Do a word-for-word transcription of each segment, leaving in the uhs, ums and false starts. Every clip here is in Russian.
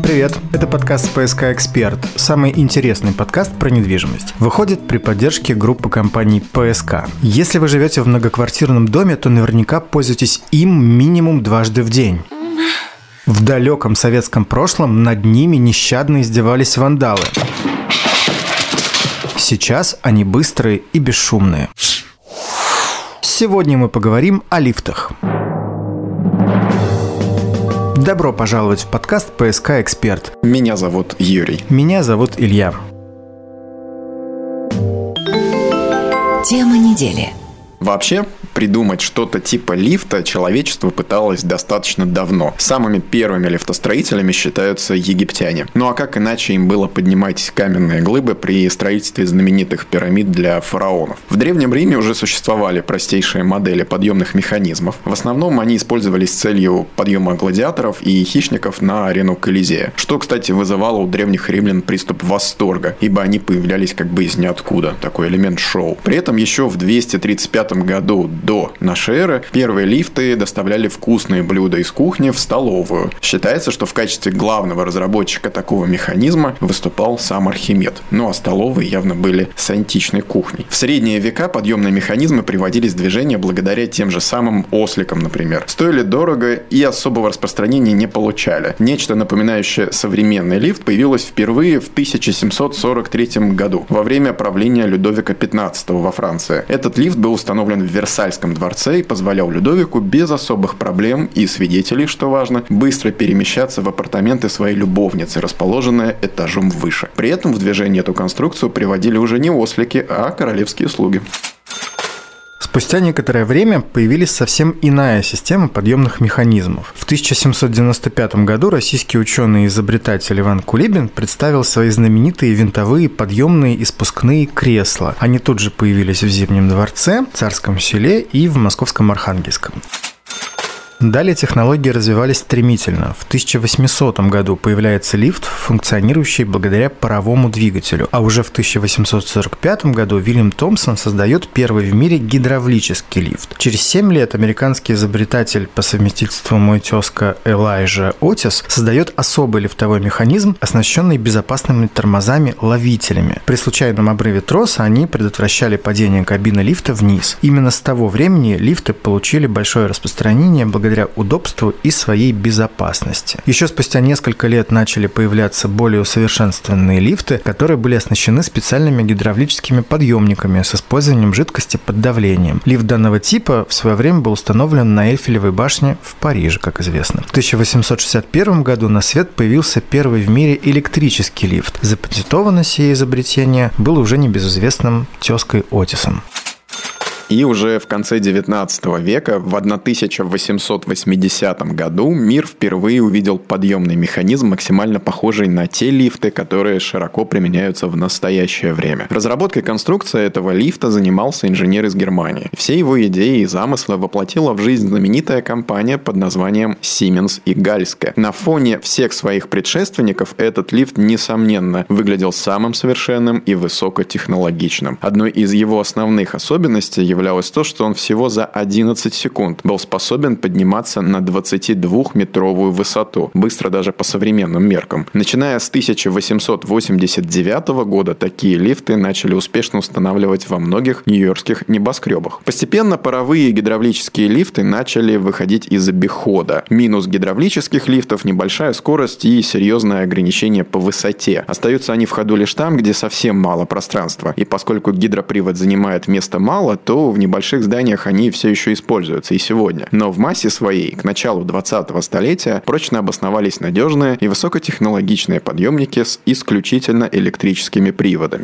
привет! Это подкаст пэ эс ка Эксперт, самый интересный подкаст про недвижимость. Выходит при поддержке группы компаний пэ эс ка. Если вы живете в многоквартирном доме, то наверняка пользуетесь им минимум дважды в день. В далеком советском прошлом над ними нещадно издевались вандалы. Сейчас они быстрые и бесшумные. Сегодня мы поговорим о лифтах. Добро пожаловать в подкаст пэ эс ка Эксперт. Меня зовут Юрий. Меня зовут Илья. Тема недели. Вообще, придумать что-то типа лифта человечество пыталось достаточно давно. Самыми первыми лифтостроителями считаются египтяне. Ну а как иначе им было поднимать каменные глыбы при строительстве знаменитых пирамид для фараонов? В Древнем Риме уже существовали простейшие модели подъемных механизмов. В основном они использовались с целью подъема гладиаторов и хищников на арену Колизея. Что, кстати, вызывало у древних римлян приступ восторга, ибо они появлялись как бы из ниоткуда. Такой элемент шоу. При этом еще в двести тридцать пятом году до нашей эры первые лифты доставляли вкусные блюда из кухни в столовую. Считается, что в качестве главного разработчика такого механизма выступал сам Архимед. Ну а столовые явно были с античной кухней. В средние века подъемные механизмы приводились в движение благодаря тем же самым осликам, например. Стоили дорого и особого распространения не получали. Нечто напоминающее современный лифт появилось впервые в тысяча семьсот сорок третьем году, во время правления Людовика пятнадцатого во Франции. Этот лифт был установлен в Версальском дворце и позволял Людовику без особых проблем и свидетелей, что важно, быстро перемещаться в апартаменты своей любовницы, расположенные этажом выше. При этом в движение эту конструкцию приводили уже не ослики, а королевские слуги. Спустя некоторое время появилась совсем иная система подъемных механизмов. В тысяча семьсот девяносто пятом году российский ученый и изобретатель Иван Кулибин представил свои знаменитые винтовые подъемные и спускные кресла. Они тут же появились в Зимнем дворце, Царском селе и в Московском Архангельском. Далее технологии развивались стремительно. В тысяча восьмисотом году появляется лифт, функционирующий благодаря паровому двигателю. А уже в тысяча восемьсот сорок пятом году Вильям Томпсон создает первый в мире гидравлический лифт. Через семь лет американский изобретатель, по совместительству мой тезка Элайджа Отис, создает особый лифтовой механизм, оснащенный безопасными тормозами-ловителями. При случайном обрыве троса они предотвращали падение кабины лифта вниз. Именно с того времени лифты получили большое распространение благодаря благодаря удобству и своей безопасности. Еще спустя несколько лет начали появляться более усовершенствованные лифты, которые были оснащены специальными гидравлическими подъемниками с использованием жидкости под давлением. Лифт данного типа в свое время был установлен на Эйфелевой башне в Париже, как известно. В тысяча восемьсот шестьдесят первом году на свет появился первый в мире электрический лифт. Запатентовано сие изобретение было уже небезызвестным тезкой Отисом. И уже в конце девятнадцатого века, в тысяча восемьсот восьмидесятом году, мир впервые увидел подъемный механизм, максимально похожий на те лифты, которые широко применяются в настоящее время. Разработкой конструкции этого лифта занимался инженер из Германии. Все его идеи и замыслы воплотила в жизнь знаменитая компания под названием Siemens и Галske. На фоне всех своих предшественников этот лифт, несомненно, выглядел самым совершенным и высокотехнологичным. Одной из его основных особенностей являлось являлось то, что он всего за одиннадцать секунд был способен подниматься на двадцатидвухметровую высоту, быстро даже по современным меркам. Начиная с тысяча восемьсот восемьдесят девятого года такие лифты начали успешно устанавливать во многих нью-йоркских небоскребах. Постепенно паровые и гидравлические лифты начали выходить из обихода. Минус гидравлических лифтов – небольшая скорость и серьезное ограничение по высоте. Остаются они в ходу лишь там, где совсем мало пространства. И поскольку гидропривод занимает места мало, то в небольших зданиях они все еще используются и сегодня. Но в массе своей к началу двадцатого столетия прочно обосновались надежные и высокотехнологичные подъемники с исключительно электрическими приводами.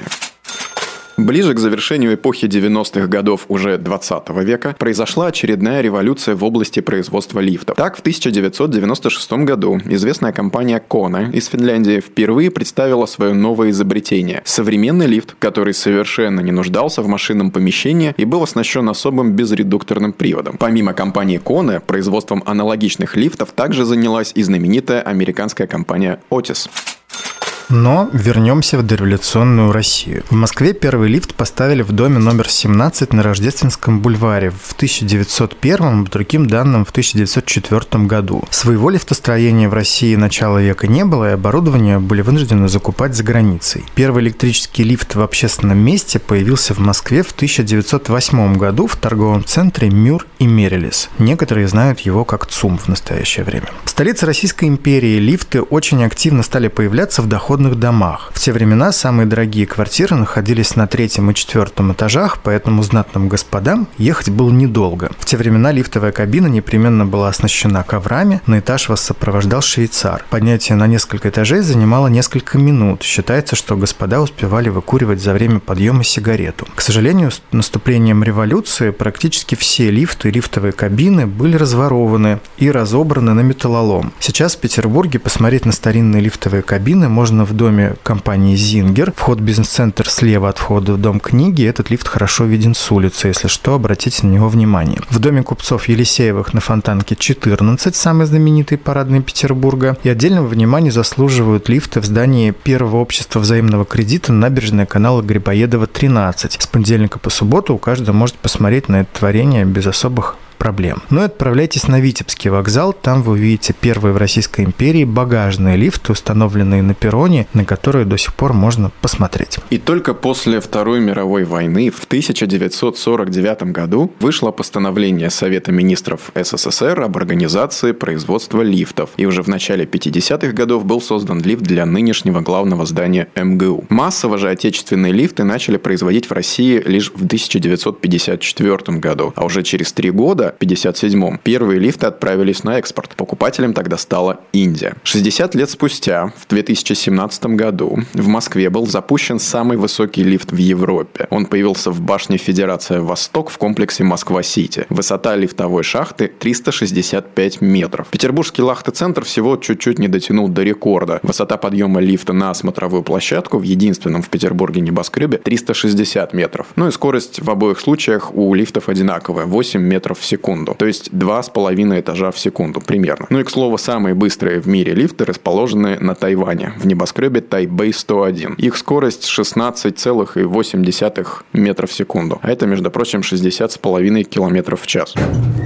Ближе к завершению эпохи девяностых годов уже двадцатого века произошла очередная революция в области производства лифтов. Так, в тысяча девятьсот девяносто шестом году известная компания Kone из Финляндии впервые представила свое новое изобретение – современный лифт, который совершенно не нуждался в машинном помещении и был оснащен особым безредукторным приводом. Помимо компании Kone, производством аналогичных лифтов также занялась и знаменитая американская компания Otis. Но вернемся в дореволюционную Россию. В Москве первый лифт поставили в доме номер семнадцать на Рождественском бульваре в тысяча девятьсот первом, по другим данным, в тысяча девятьсот четвёртом году. Своего лифтостроения в России начала века не было, и оборудование были вынуждены закупать за границей. Первый электрический лифт в общественном месте появился в Москве в тысяча девятьсот восьмом году в торговом центре «Мюр и Мерилис». Некоторые знают его как ЦУМ в настоящее время. В столице Российской империи лифты очень активно стали появляться в доходных домах. В те времена самые дорогие квартиры находились на третьем и четвертом этажах, поэтому знатным господам ехать было недолго. В те времена лифтовая кабина непременно была оснащена коврами, на этаж вас сопровождал швейцар. Поднятие на несколько этажей занимало несколько минут. Считается, что господа успевали выкуривать за время подъема сигарету. К сожалению, с наступлением революции практически все лифты и лифтовые кабины были разворованы и разобраны на металлолом. Сейчас в Петербурге посмотреть на старинные лифтовые кабины можно в доме компании «Зингер». Вход в бизнес-центр слева от входа в Дом книги. Этот лифт хорошо виден с улицы, если что, обратите на него внимание. В доме купцов Елисеевых на Фонтанке четырнадцать, самый знаменитый парадный Петербурга. И отдельного внимания заслуживают лифты в здании Первого общества взаимного кредита на набережной канала Грибоедова тринадцать. С понедельника по субботу каждый может посмотреть на это творение без особых проблем. Но и отправляйтесь на Витебский вокзал, там вы увидите первые в Российской империи багажные лифты, установленные на перроне, на которые до сих пор можно посмотреть. И только после Второй мировой войны в тысяча девятьсот сорок девятом году вышло постановление Совета министров СССР об организации производства лифтов. И уже в начале пятидесятых годов был создан лифт для нынешнего главного здания эм гэ у. Массово же отечественные лифты начали производить в России лишь в тысяча девятьсот пятьдесят четвёртом году, а уже через три года, в пятьдесят седьмом, первые лифты отправились на экспорт. Покупателем тогда стала Индия. шестьдесят лет спустя, в две тысячи семнадцатом году, в Москве был запущен самый высокий лифт в Европе. Он появился в башне Федерация Восток в комплексе Москва-Сити. Высота лифтовой шахты триста шестьдесят пять метров. Петербургский Лахта-центр всего чуть-чуть не дотянул до рекорда. Высота подъема лифта на смотровую площадку в единственном в Петербурге небоскребе триста шестьдесят метров. Ну и скорость в обоих случаях у лифтов одинаковая – восемь метров в секунду. секунду, то есть два с половиной этажа в секунду примерно. Ну и, к слову, самые быстрые в мире лифты расположены на Тайване, в небоскребе Тайбэй сто один. Их скорость шестнадцать целых восемь десятых метров в секунду, а это, между прочим, шестьдесят с половиной километров в час.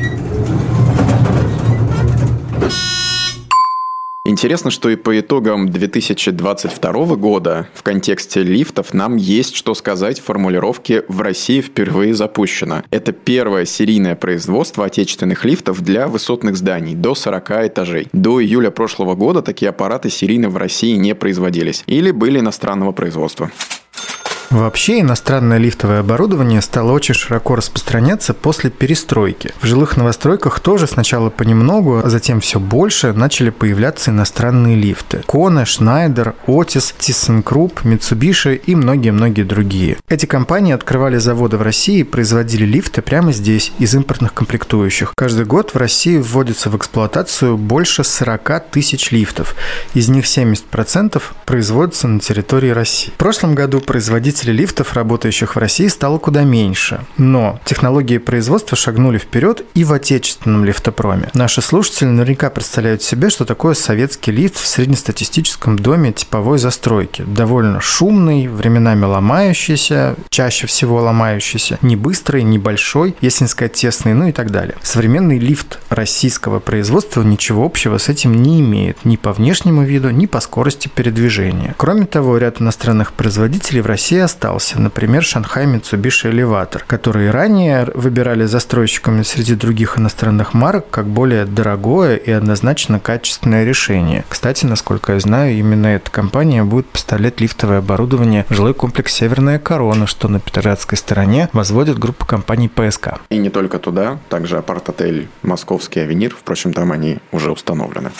Интересно, что и по итогам две тысячи двадцать второго года в контексте лифтов нам есть что сказать в формулировке «в России впервые запущено». Это первое серийное производство отечественных лифтов для высотных зданий до сорока этажей. До июля прошлого года такие аппараты серийно в России не производились или были иностранного производства. Вообще, иностранное лифтовое оборудование стало очень широко распространяться после перестройки. В жилых новостройках тоже сначала понемногу, а затем все больше начали появляться иностранные лифты. Kone, Schneider, Otis, ThyssenKrupp, Mitsubishi и многие-многие другие. Эти компании открывали заводы в России и производили лифты прямо здесь, из импортных комплектующих. Каждый год в России вводится в эксплуатацию больше сорок тысяч лифтов. Из них семьдесят процентов производятся на территории России. В прошлом году производители лифтов, работающих в России, стало куда меньше. Но технологии производства шагнули вперед и в отечественном лифтопроме. Наши слушатели наверняка представляют себе, что такое советский лифт в среднестатистическом доме типовой застройки. Довольно шумный, временами ломающийся, чаще всего ломающийся, не быстрый, небольшой, если не сказать тесный, ну и так далее. Современный лифт российского производства ничего общего с этим не имеет ни по внешнему виду, ни по скорости передвижения. Кроме того, ряд иностранных производителей в России остался, например, Shanghai Mitsubishi Elevator, которые ранее выбирали застройщиками среди других иностранных марок как более дорогое и однозначно качественное решение. Кстати, насколько я знаю, именно эта компания будет поставлять лифтовое оборудование в жилой комплекс «Северная Корона», что на Петроградской стороне возводит группа компаний пэ эс ка. И не только туда, также апарт-отель «Московский Авенир», впрочем, там они уже установлены.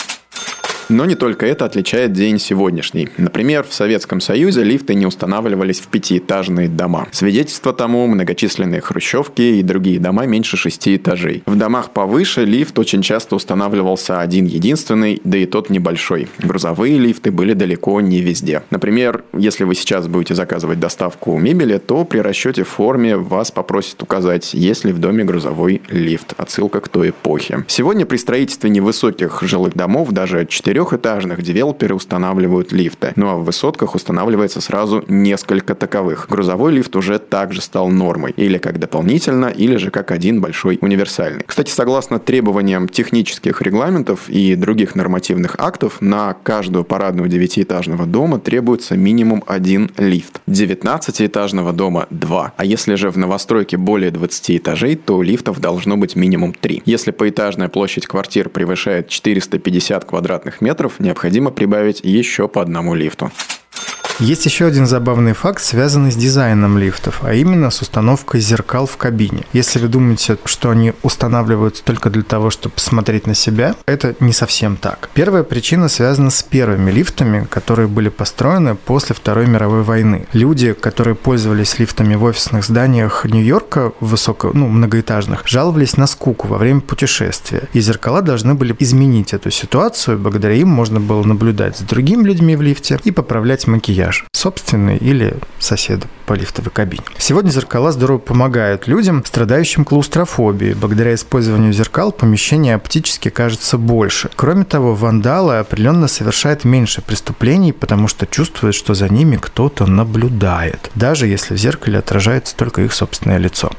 Но не только это отличает день сегодняшний. Например, в Советском Союзе лифты не устанавливались в пятиэтажные дома. Свидетельство тому многочисленные хрущевки и другие дома меньше шести этажей. В домах повыше лифт очень часто устанавливался один-единственный, да и тот небольшой. Грузовые лифты были далеко не везде. Например, если вы сейчас будете заказывать доставку мебели, то при расчете в форме вас попросят указать, есть ли в доме грузовой лифт. Отсылка к той эпохе. Сегодня при строительстве невысоких жилых домов, даже четырех четырехэтажных девелоперы устанавливают лифты, ну а в высотках устанавливается сразу несколько таковых. Грузовой лифт уже также стал нормой, или как дополнительно, или же как один большой универсальный. Кстати, согласно требованиям технических регламентов и других нормативных актов, на каждую парадную девятиэтажного дома требуется минимум один лифт. девятнадцатиэтажного дома – два. А если же в новостройке более двадцати этажей, то лифтов должно быть минимум три. Если поэтажная площадь квартир превышает четыреста пятьдесят квадратных метров, необходимо прибавить еще по одному лифту. Есть еще один забавный факт, связанный с дизайном лифтов, а именно с установкой зеркал в кабине. Если вы думаете, что они устанавливаются только для того, чтобы посмотреть на себя, это не совсем так. Первая причина связана с первыми лифтами, которые были построены после Второй мировой войны. Люди, которые пользовались лифтами в офисных зданиях Нью-Йорка, высоко, ну, многоэтажных, жаловались на скуку во время путешествия. И зеркала должны были изменить эту ситуацию, благодаря им можно было наблюдать за другими людьми в лифте и поправлять макияж. Собственный или соседа по лифтовой кабине. Сегодня зеркала здорово помогают людям, страдающим клаустрофобией. Благодаря использованию зеркал помещение оптически кажется больше. Кроме того, вандалы определенно совершают меньше преступлений, потому что чувствуют, что за ними кто-то наблюдает, даже если в зеркале отражается только их собственное лицо.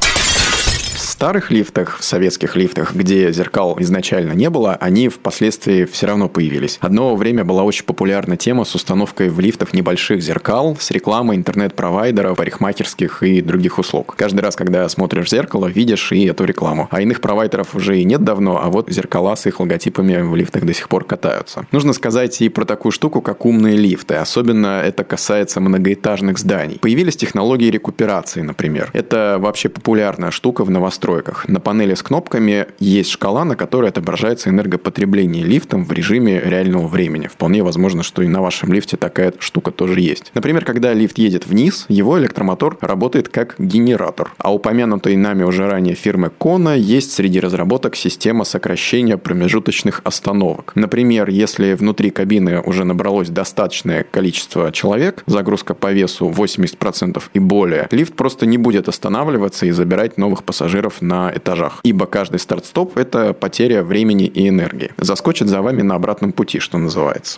В старых лифтах, в советских лифтах, где зеркал изначально не было, они впоследствии все равно появились. Одно время была очень популярна тема с установкой в лифтах небольших зеркал с рекламой интернет-провайдеров, парикмахерских и других услуг. Каждый раз, когда смотришь в зеркало, видишь и эту рекламу. А иных провайдеров уже и нет давно, а вот зеркала с их логотипами в лифтах до сих пор катаются. Нужно сказать и про такую штуку, как умные лифты. Особенно это касается многоэтажных зданий. Появились технологии рекуперации, например. Это вообще популярная штука в новостройках. На панели с кнопками есть шкала, на которой отображается энергопотребление лифтом в режиме реального времени. Вполне возможно, что и на вашем лифте такая штука тоже есть. Например, когда лифт едет вниз, его электромотор работает как генератор. А упомянутой нами уже ранее фирмы Kona есть среди разработок система сокращения промежуточных остановок. Например, если внутри кабины уже набралось достаточное количество человек, загрузка по весу восемьдесят процентов и более, лифт просто не будет останавливаться и забирать новых пассажиров на этажах, ибо каждый старт-стоп – это потеря времени и энергии. Заскочит за вами на обратном пути, что называется.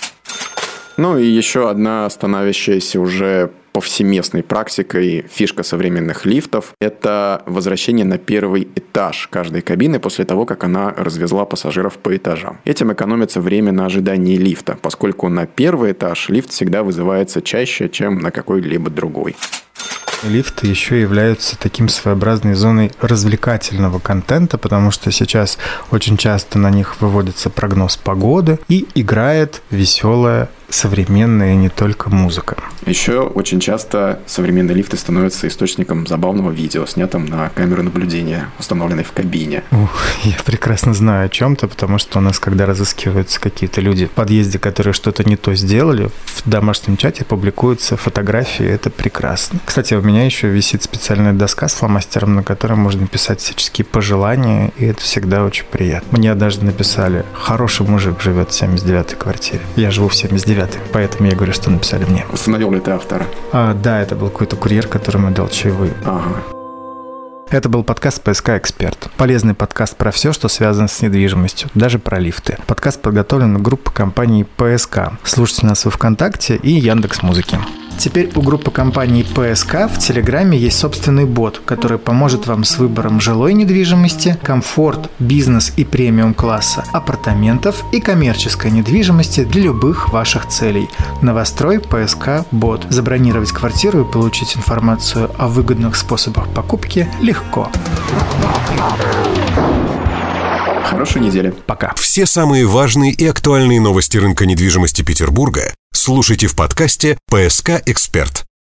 Ну и еще одна становящаяся уже повсеместной практикой фишка современных лифтов – это возвращение на первый этаж каждой кабины после того, как она развезла пассажиров по этажам. Этим экономится время на ожидании лифта, поскольку на первый этаж лифт всегда вызывается чаще, чем на какой-либо другой. Лифты еще являются таким своеобразной зоной развлекательного контента, потому что сейчас очень часто на них выводится прогноз погоды и играет веселая современная и не только музыка. Еще очень часто современные лифты становятся источником забавного видео, снятым на камеру наблюдения, установленной в кабине. Ух, я прекрасно знаю о чем-то, потому что у нас, когда разыскиваются какие-то люди в подъезде, которые что-то не то сделали, в домашнем чате публикуются фотографии, это прекрасно. Кстати, у меня еще висит специальная доска с фломастером, на которой можно писать всяческие пожелания, и это всегда очень приятно. Мне однажды написали: «Хороший мужик живет в семьдесят девятой квартире». Я живу в семьдесят девятой. Поэтому я говорю, что написали мне. Установил ли ты автора? А, да, это был какой-то курьер, которому дал чаевые. Ага. Это был подкаст ПСК «Эксперт». Полезный подкаст про все, что связано с недвижимостью, даже про лифты. Подкаст подготовлен группой компании ПСК. Слушайте нас во ВКонтакте и Яндекс.Музыке. Теперь у группы компании ПСК в Телеграме есть собственный бот, который поможет вам с выбором жилой недвижимости, комфорт, бизнес и премиум-класса, апартаментов и коммерческой недвижимости для любых ваших целей. Новострой ПСК бот. Забронировать квартиру и получить информацию о выгодных способах покупки легко. Хорошей недели. Пока. Все самые важные и актуальные новости рынка недвижимости Петербурга слушайте в подкасте «ПСК Эксперт».